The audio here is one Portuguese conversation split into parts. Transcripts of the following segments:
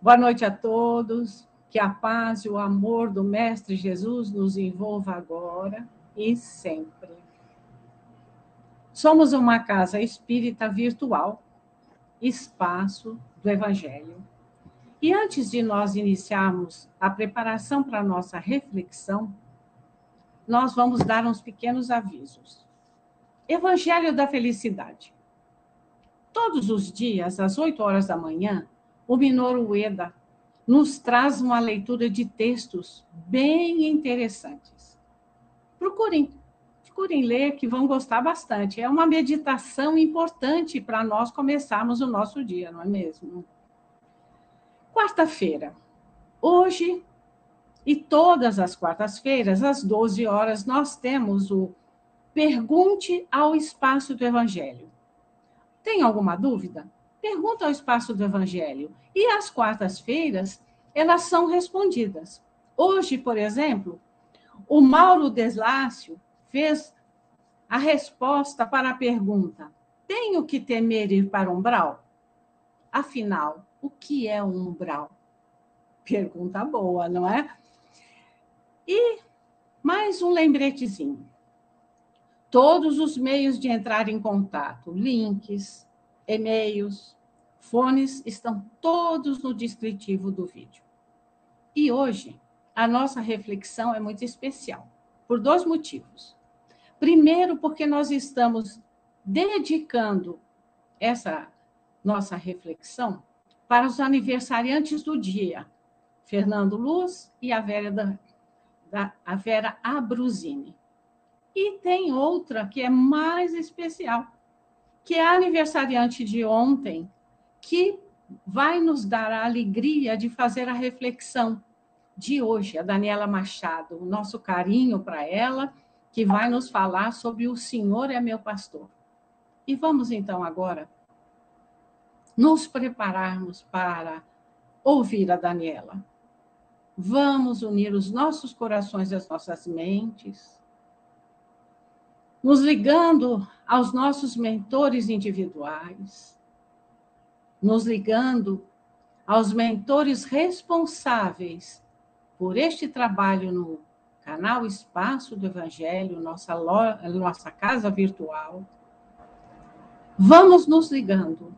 Boa noite a todos. Que a paz e o amor do Mestre Jesus nos envolva agora e sempre. Somos uma casa espírita virtual, espaço do Evangelho. E antes de nós iniciarmos a preparação para a nossa reflexão, nós vamos dar uns pequenos avisos. Evangelho da Felicidade. Todos os dias, às 8 horas da manhã, o Minoru Ueda nos traz uma leitura de textos bem interessantes. Procurem ler, que vão gostar bastante. É uma meditação importante para nós começarmos o nosso dia, não é mesmo? Quarta-feira. Hoje e todas as quartas-feiras, às 12 horas, nós temos o Pergunte ao Espaço do Evangelho. Tem alguma dúvida? Pergunta ao Espaço do Evangelho. E às quartas-feiras, elas são respondidas. Hoje, por exemplo, o Mauro Deslácio fez a resposta para a pergunta: tenho que temer ir para o umbral? Afinal, o que é um umbral? Pergunta boa, não é? E mais um lembretezinho. Todos os meios de entrar em contato, links, e-mails, fones, estão todos no descritivo do vídeo. E hoje, a nossa reflexão é muito especial, por 2 motivos. Primeiro, porque nós estamos dedicando essa nossa reflexão para os aniversariantes do dia, Fernando Luz e a Vera Abruzini. E tem outra que é mais especial, que é a aniversariante de ontem, que vai nos dar a alegria de fazer a reflexão de hoje, a Daniela Machado, o nosso carinho para ela, que vai nos falar sobre o Senhor é meu pastor. E vamos então agora nos prepararmos para ouvir a Daniela. Vamos unir os nossos corações e as nossas mentes, nos ligando aos nossos mentores individuais, nos ligando aos mentores responsáveis por este trabalho no canal Espaço do Evangelho, nossa casa virtual. Vamos nos ligando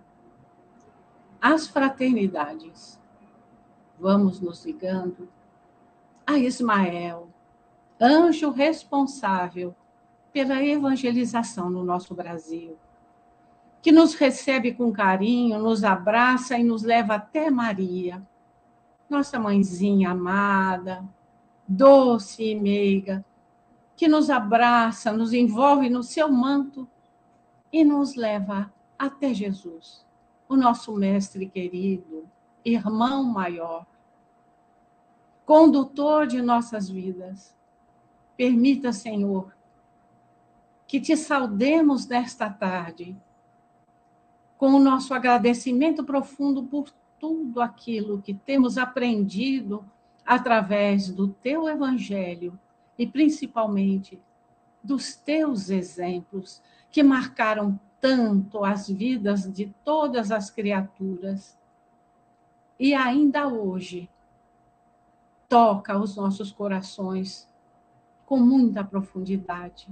às fraternidades, vamos nos ligando a Ismael, anjo responsável pela evangelização no nosso Brasil, que nos recebe com carinho, nos abraça e nos leva até Maria, nossa mãezinha amada, doce e meiga, que nos abraça, nos envolve no seu manto e nos leva até Jesus, o nosso mestre querido, irmão maior, condutor de nossas vidas. Permita, Senhor, que te saudemos nesta tarde, com o nosso agradecimento profundo por tudo aquilo que temos aprendido através do teu evangelho e principalmente dos teus exemplos que marcaram tanto as vidas de todas as criaturas e ainda hoje toca os nossos corações com muita profundidade.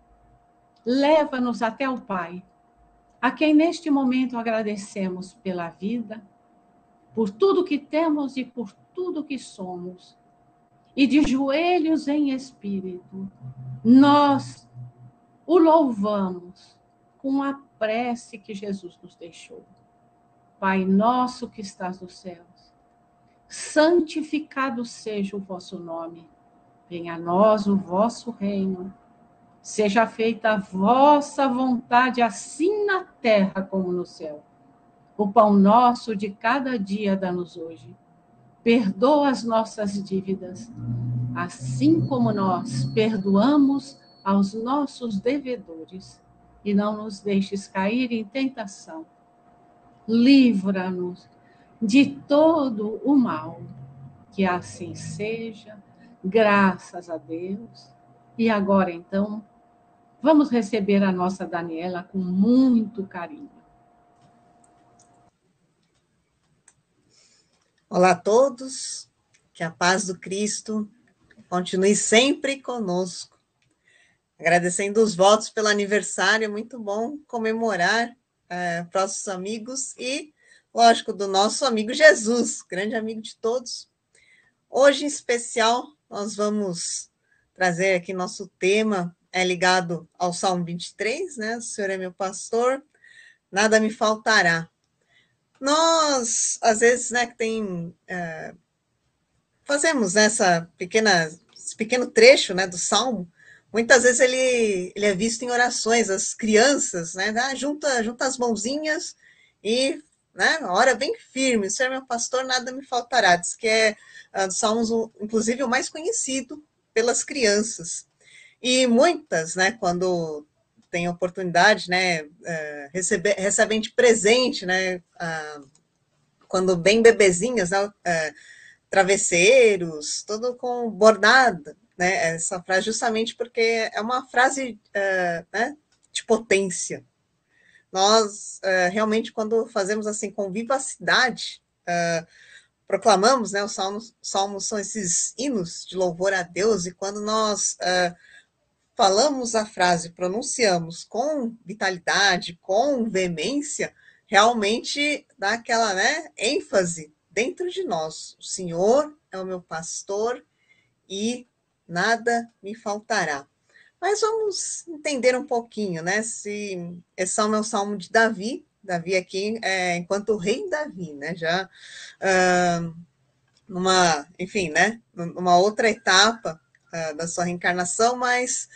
Leva-nos até o Pai, a quem neste momento agradecemos pela vida, por tudo que temos e por tudo que somos. E de joelhos em espírito, nós o louvamos com a prece que Jesus nos deixou. Pai nosso que estás nos céus, santificado seja o vosso nome. Venha a nós o vosso reino. Seja feita a vossa vontade, assim na terra como no céu. O pão nosso de cada dia dá-nos hoje. Perdoa as nossas dívidas, assim como nós perdoamos aos nossos devedores. E não nos deixes cair em tentação. Livra-nos de todo o mal. Que assim seja, graças a Deus. E agora, então, vamos receber a nossa Daniela com muito carinho. Olá a todos, que a paz do Cristo continue sempre conosco. Agradecendo os votos pelo aniversário, é muito bom comemorar próximos amigos e, lógico, do nosso amigo Jesus, grande amigo de todos. Hoje, em especial, nós vamos trazer aqui nosso tema, ligado ao Salmo 23, né? O Senhor é meu pastor, nada me faltará. Nós, às vezes, né, fazemos esse pequeno trecho, né, do Salmo. Muitas vezes ele é visto em orações, as crianças, né, junta as mãozinhas e, né, ora bem firme, o Senhor é meu pastor, nada me faltará. Diz que é dos Salmos, inclusive, o mais conhecido pelas crianças. E muitas, né, quando tem oportunidade, né, recebem de presente, né, quando bem bebezinhas, né, travesseiros, tudo com bordado, né? Essa frase justamente porque é uma frase né, de potência. Nós realmente, quando fazemos assim com vivacidade, proclamamos, né? Os salmos são esses hinos de louvor a Deus, e quando nós falamos a frase, pronunciamos com vitalidade, com veemência, realmente dá aquela, né, ênfase dentro de nós. O Senhor é o meu pastor e nada me faltará. Mas vamos entender um pouquinho, né? Esse salmo é o salmo de Davi. Davi aqui, enquanto rei Davi, né? Já enfim, né? Numa outra etapa da sua reencarnação, mas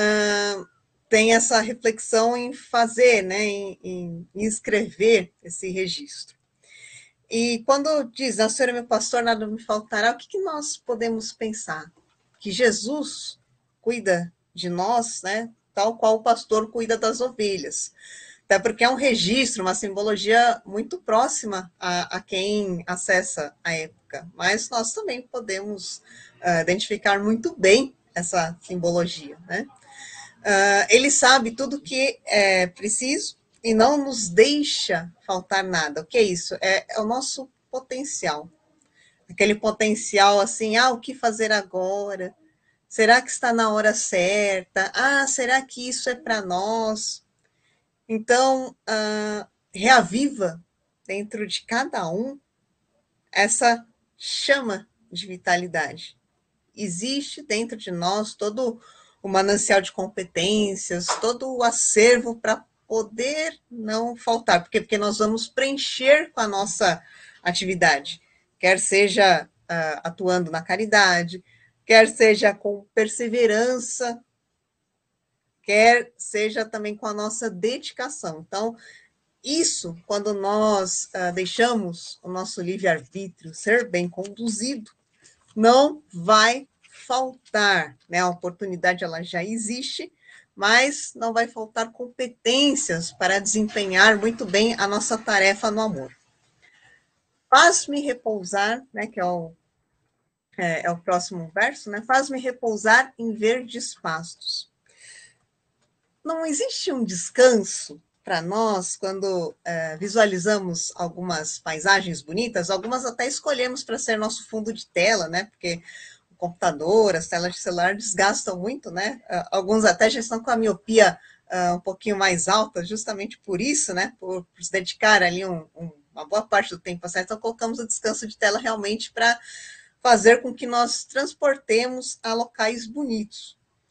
tem essa reflexão em fazer, né? Em escrever esse registro. E quando diz, o Senhor é meu pastor, nada me faltará, o que nós podemos pensar? Que Jesus cuida de nós, né? Tal qual o pastor cuida das ovelhas. Até porque é um registro, uma simbologia muito próxima a quem acessa a época. Mas nós também podemos identificar muito bem essa simbologia, né? Ele sabe tudo que é preciso e não nos deixa faltar nada. O que é isso? É o nosso potencial. Aquele potencial assim, o que fazer agora? Será que está na hora certa? Será que isso é para nós? Então, reaviva dentro de cada um essa chama de vitalidade. Existe dentro de nós todo o manancial de competências, todo o acervo para poder não faltar. Por quê? Porque nós vamos preencher com a nossa atividade, quer seja atuando na caridade, quer seja com perseverança, quer seja também com a nossa dedicação. Então, isso, quando nós deixamos o nosso livre-arbítrio ser bem conduzido, não vai faltar, né? A oportunidade ela já existe, mas não vai faltar competências para desempenhar muito bem a nossa tarefa no amor. Faz-me repousar, né? Que é o próximo verso, né? Faz-me repousar em verdes pastos. Não existe um descanso para nós quando visualizamos algumas paisagens bonitas, algumas até escolhemos para ser nosso fundo de tela, né? Porque o computador, as telas de celular desgastam muito, né? Alguns até já estão com a miopia um pouquinho mais alta, justamente por isso, né? Por se dedicar ali uma boa parte do tempo a certo, então colocamos o descanso de tela realmente para fazer com que nós transportemos a locais bonitos.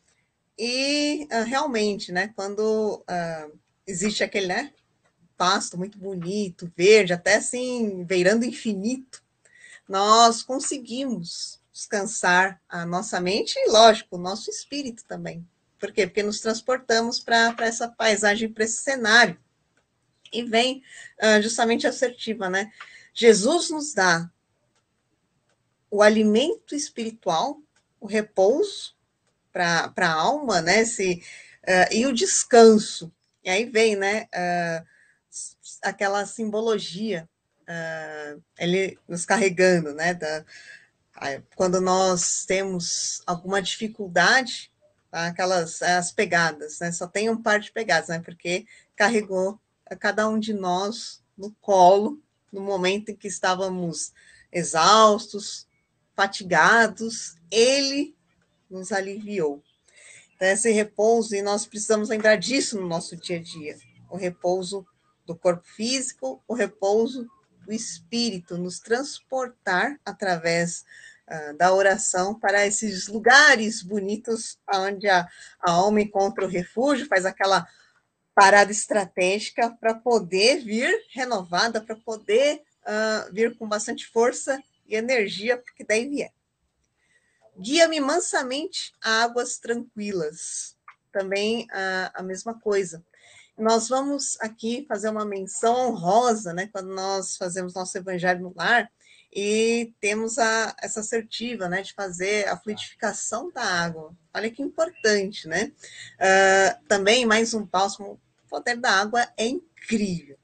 E realmente, né, quando existe aquele, né, pasto muito bonito, verde, até assim, beirando infinito, nós conseguimos descansar a nossa mente e, lógico, o nosso espírito também. Por quê? Porque nos transportamos para essa paisagem, para esse cenário. E vem justamente assertiva, né? Jesus nos dá o alimento espiritual, o repouso para a alma, né? E o descanso. E aí vem, né? Aquela simbologia, ele nos carregando, né? Quando nós temos alguma dificuldade, tá? As pegadas, né? Só tem um par de pegadas, né? Porque carregou cada um de nós no colo no momento em que estávamos exaustos, fatigados, ele nos aliviou. Então, esse repouso, e nós precisamos lembrar disso no nosso dia a dia, o repouso do corpo físico, o repouso do espírito, nos transportar através da oração para esses lugares bonitos onde a alma encontra o refúgio, faz aquela parada estratégica para poder vir renovada, para poder vir com bastante força e energia, porque daí vier. Guia-me mansamente a águas tranquilas. Também a mesma coisa. Nós vamos aqui fazer uma menção honrosa, né, quando nós fazemos nosso evangelho no lar, e temos essa assertiva, né, de fazer a fluidificação da água. Olha que importante, né? Também, mais um passo, o poder da água é incrível.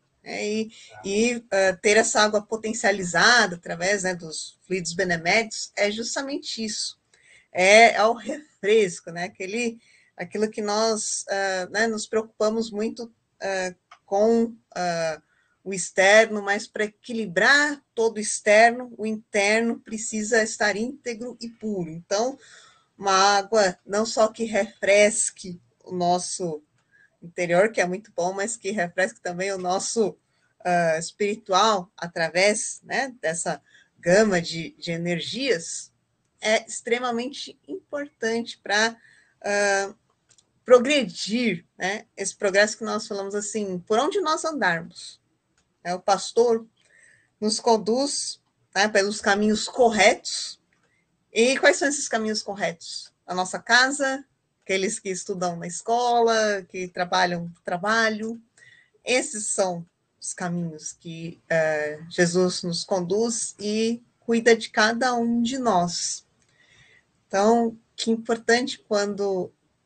Ter essa água potencializada através, né, dos fluidos beneméritos é justamente isso. É o refresco, né? Aquilo que nós né, nos preocupamos muito com o externo, mas para equilibrar todo o externo, o interno precisa estar íntegro e puro. Então, uma água não só que refresque o nosso interior, que é muito bom, mas que refresque também o nosso espiritual através, né, dessa gama de energias, é extremamente importante para progredir, né, esse progresso que nós falamos assim, por onde nós andarmos. O pastor nos conduz, né, pelos caminhos corretos. E quais são esses caminhos corretos? A nossa casa, aqueles que estudam na escola, que trabalham no trabalho. Esses são os caminhos que Jesus nos conduz e cuida de cada um de nós. Então, que importante quando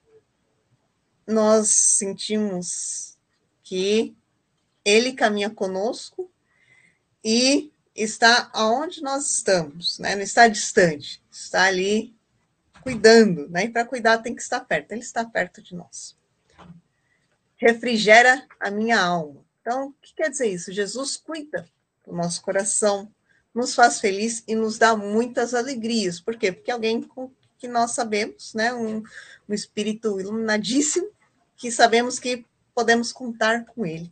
nós sentimos que Ele caminha conosco e está aonde nós estamos, né? Não está distante, está ali cuidando, né? E para cuidar tem que estar perto, Ele está perto de nós. Refrigera a minha alma. Então, o que quer dizer isso? Jesus cuida do nosso coração, nos faz feliz e nos dá muitas alegrias. Por quê? Porque alguém com que nós sabemos, né? Um espírito iluminadíssimo, que sabemos que podemos contar com ele.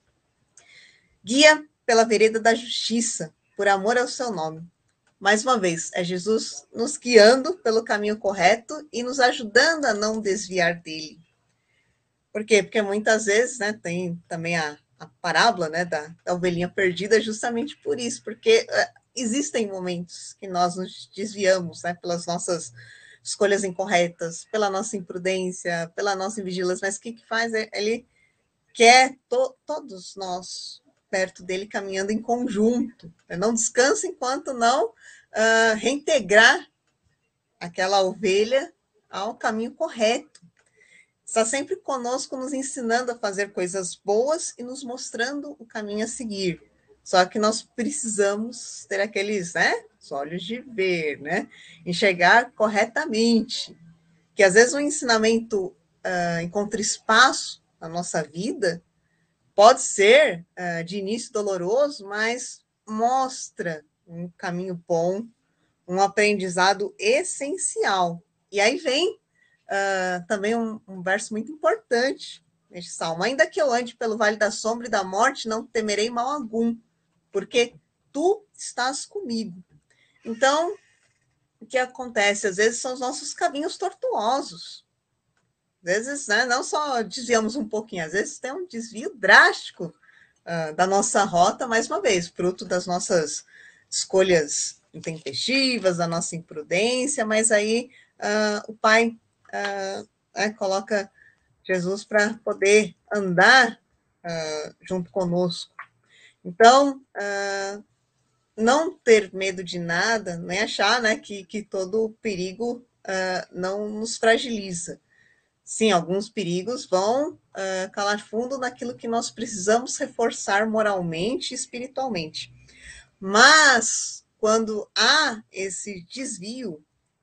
Guia pela vereda da justiça, por amor ao seu nome. Mais uma vez, é Jesus nos guiando pelo caminho correto e nos ajudando a não desviar dele. Por quê? Porque muitas vezes, né, tem também a parábola, né, da ovelhinha perdida, justamente por isso, porque existem momentos que nós nos desviamos, né, pelas nossas escolhas incorretas, pela nossa imprudência, pela nossa invigilância, mas o que faz? Ele quer todos nós perto dele, caminhando em conjunto. Não descansa enquanto não reintegrar aquela ovelha ao caminho correto. Está sempre conosco, nos ensinando a fazer coisas boas e nos mostrando o caminho a seguir. Só que nós precisamos ter aqueles, né, os olhos de ver, né, enxergar corretamente. Que às vezes o ensinamento encontra espaço na nossa vida, pode ser de início doloroso, mas mostra um caminho bom, um aprendizado essencial. E aí vem também um verso muito importante neste salmo. Ainda que eu ande pelo vale da sombra e da morte, não temerei mal algum, porque tu estás comigo. Então, o que acontece? Às vezes são os nossos caminhos tortuosos. Às vezes, né, não só desviamos um pouquinho, às vezes tem um desvio drástico da nossa rota, mais uma vez, fruto das nossas escolhas intempestivas, da nossa imprudência, mas aí o Pai coloca Jesus para poder andar junto conosco. Então, não ter medo de nada, nem achar, né, que todo perigo não nos fragiliza. Sim, alguns perigos vão calar fundo naquilo que nós precisamos reforçar moralmente e espiritualmente. Mas, quando há esse desvio,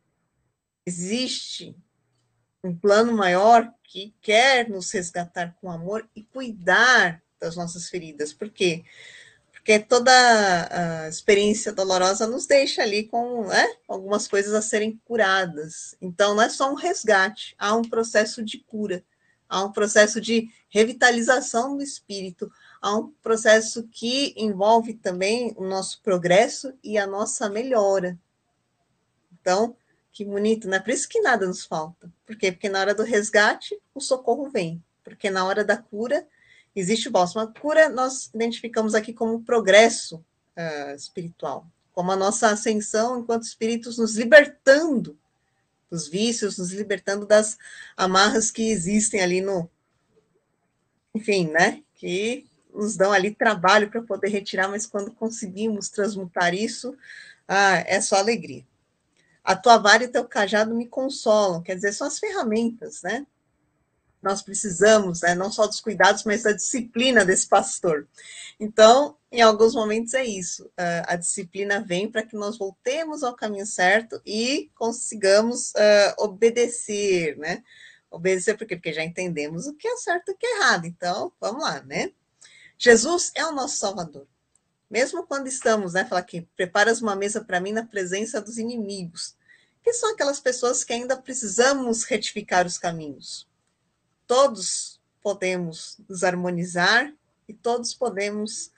existe um plano maior que quer nos resgatar com amor e cuidar das nossas feridas. Por quê? Porque toda a experiência dolorosa nos deixa ali com, né, algumas coisas a serem curadas. Então, não é só um resgate, há um processo de cura, há um processo de revitalização do espírito, há um processo que envolve também o nosso progresso e a nossa melhora. Então, que bonito, né? Por isso que nada nos falta. Por quê? Porque na hora do resgate, o socorro vem. Porque na hora da cura, existe o bálsamo. A cura nós identificamos aqui como progresso espiritual, como a nossa ascensão enquanto espíritos, nos libertando dos vícios, nos libertando das amarras que existem ali no... Enfim, né? Que nos dão ali trabalho para poder retirar, mas quando conseguimos transmutar isso, é só alegria. A tua vara e teu cajado me consolam, quer dizer, são as ferramentas, né? Nós precisamos, né, não só dos cuidados, mas da disciplina desse pastor. Então, em alguns momentos é isso, a disciplina vem para que nós voltemos ao caminho certo e consigamos obedecer, né? Obedecer por quê? Porque já entendemos o que é certo e o que é errado, então, vamos lá, né? Jesus é o nosso Salvador. Mesmo quando estamos, né, fala aqui, preparas uma mesa para mim na presença dos inimigos, que são aquelas pessoas que ainda precisamos retificar os caminhos. Todos podemos nos harmonizar e todos podemos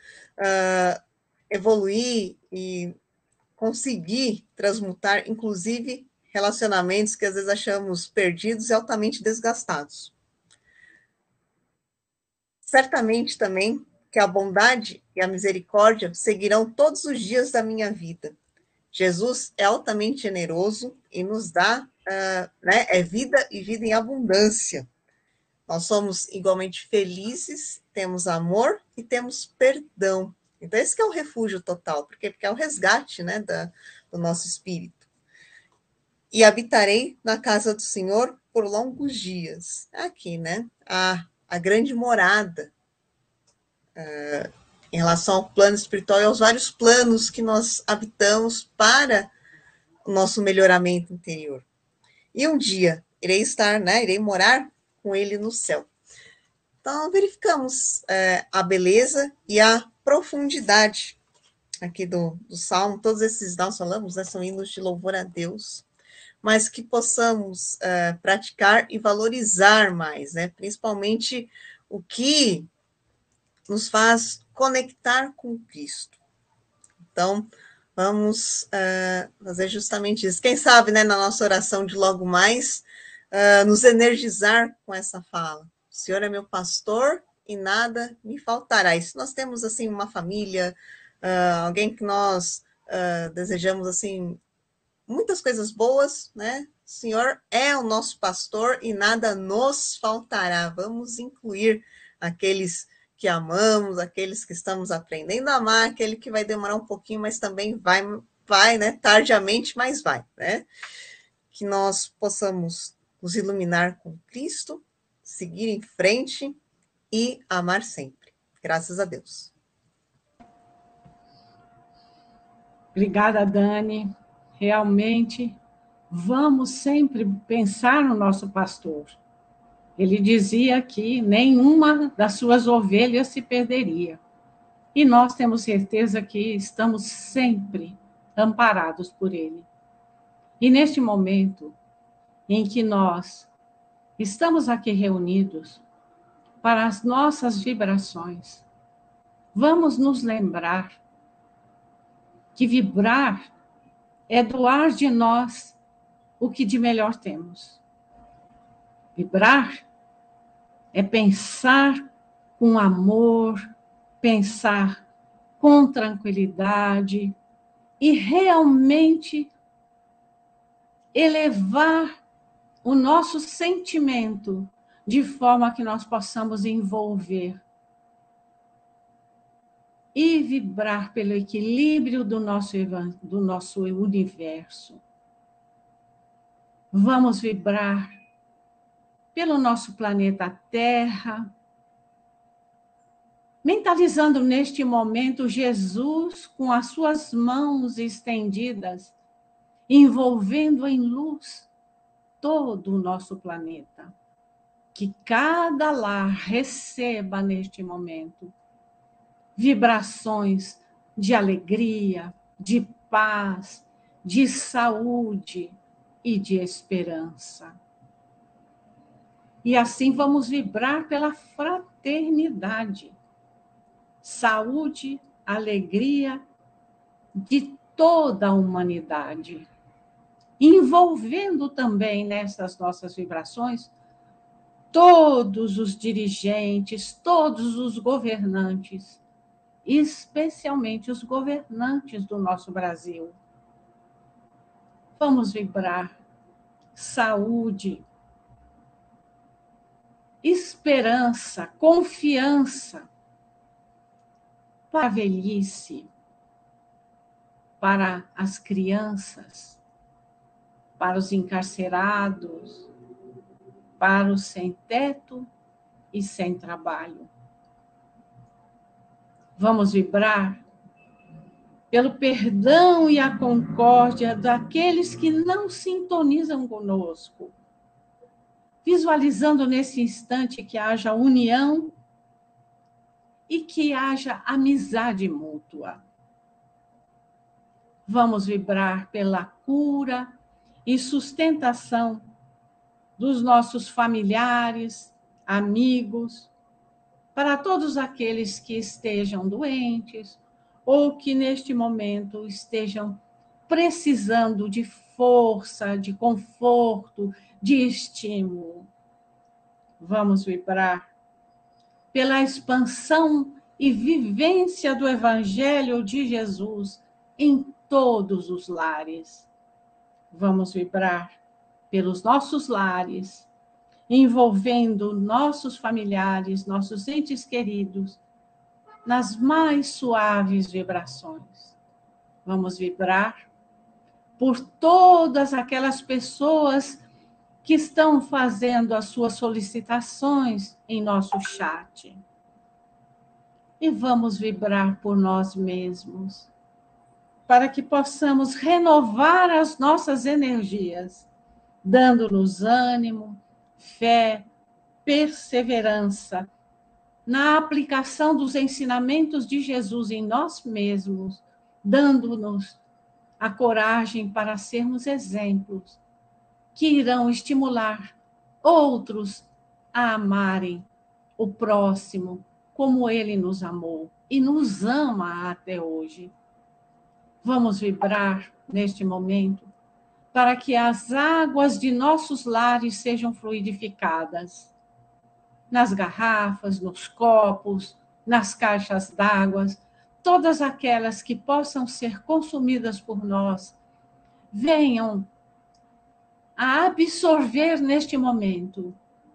evoluir e conseguir transmutar, inclusive, relacionamentos que às vezes achamos perdidos e altamente desgastados. Certamente também que a bondade e a misericórdia seguirão todos os dias da minha vida. Jesus é altamente generoso e nos dá né, vida e vida em abundância. Nós somos igualmente felizes, temos amor e temos perdão. Então, esse que é o refúgio total, porque é o resgate, né, do nosso espírito. E habitarei na casa do Senhor por longos dias. Aqui, né, a grande morada, em relação ao plano espiritual e aos vários planos que nós habitamos para o nosso melhoramento interior. E um dia irei estar, né, irei morar com ele no céu. Então, verificamos a beleza e a profundidade aqui do Salmo. Todos esses, nós falamos, né, são hinos de louvor a Deus, mas que possamos praticar e valorizar mais, né, principalmente o que nos faz conectar com Cristo. Então, vamos fazer justamente isso. Quem sabe, né, na nossa oração de logo mais, nos energizar com essa fala. O Senhor é meu pastor e nada me faltará. E se nós temos, assim, uma família, alguém que nós desejamos, assim, muitas coisas boas, né? O Senhor é o nosso pastor e nada nos faltará. Vamos incluir aqueles que amamos, aqueles que estamos aprendendo a amar, aquele que vai demorar um pouquinho, mas também vai, né? Tardiamente, mas vai, né? Que nós possamos nos iluminar com Cristo, seguir em frente e amar sempre. Graças a Deus. Obrigada, Dani. Realmente, vamos sempre pensar no nosso pastor. Ele dizia que nenhuma das suas ovelhas se perderia. E nós temos certeza que estamos sempre amparados por ele. E neste momento em que nós estamos aqui reunidos para as nossas vibrações, vamos nos lembrar que vibrar é doar de nós o que de melhor temos. Vibrar é pensar com amor, pensar com tranquilidade e realmente elevar o nosso sentimento de forma que nós possamos envolver e vibrar pelo equilíbrio do nosso universo. Vamos vibrar pelo nosso planeta Terra, mentalizando neste momento Jesus com as suas mãos estendidas, envolvendo em luz todo o nosso planeta. Que cada lar receba neste momento vibrações de alegria, de paz, de saúde e de esperança. E assim vamos vibrar pela fraternidade, saúde, alegria de toda a humanidade, envolvendo também nessas nossas vibrações todos os dirigentes, todos os governantes, especialmente os governantes do nosso Brasil. Vamos vibrar saúde, esperança, confiança para a velhice, para as crianças, para os encarcerados, para os sem teto e sem trabalho. Vamos vibrar pelo perdão e a concórdia daqueles que não sintonizam conosco, visualizando nesse instante que haja união e que haja amizade mútua. Vamos vibrar pela cura e sustentação dos nossos familiares, amigos, para todos aqueles que estejam doentes ou que neste momento estejam precisando de força, de conforto, de estímulo. Vamos vibrar pela expansão e vivência do Evangelho de Jesus em todos os lares. Vamos vibrar pelos nossos lares, envolvendo nossos familiares, nossos entes queridos, nas mais suaves vibrações. Vamos vibrar por todas aquelas pessoas que estão fazendo as suas solicitações em nosso chat. E vamos vibrar por nós mesmos, para que possamos renovar as nossas energias, dando-nos ânimo, fé, perseverança na aplicação dos ensinamentos de Jesus em nós mesmos, dando-nos a coragem para sermos exemplos que irão estimular outros a amarem o próximo como ele nos amou e nos ama até hoje. Vamos vibrar neste momento para que as águas de nossos lares sejam fluidificadas nas garrafas, nos copos, nas caixas d'água, todas aquelas que possam ser consumidas por nós, venham a absorver neste momento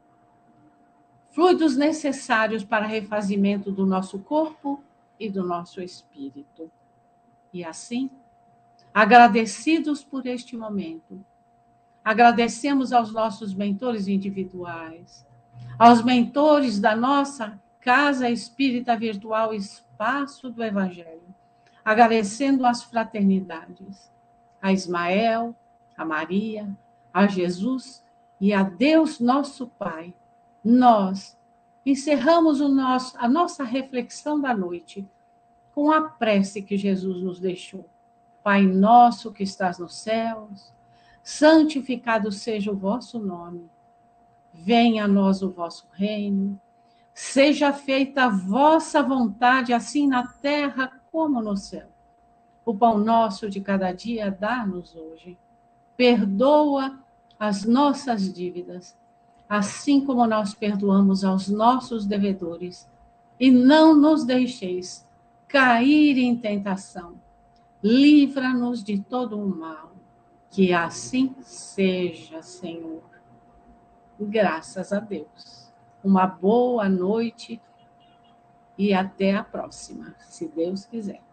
fluidos necessários para refazimento do nosso corpo e do nosso espírito. E assim, agradecidos por este momento, agradecemos aos nossos mentores individuais, aos mentores da nossa Casa Espírita Virtual Espaço do Evangelho, agradecendo as fraternidades, a Ismael, a Maria, a Jesus e a Deus nosso Pai. Nós encerramos a nossa reflexão da noite com a prece que Jesus nos deixou. Pai nosso que estás nos céus, santificado seja o vosso nome. Venha a nós o vosso reino. Seja feita a vossa vontade, assim na terra como no céu. O pão nosso de cada dia dá-nos hoje. Perdoa as nossas dívidas, assim como nós perdoamos aos nossos devedores. E não nos deixeis cair em tentação. Livra-nos de todo o mal. Que assim seja, Senhor. Graças a Deus. Uma boa noite e até a próxima, se Deus quiser.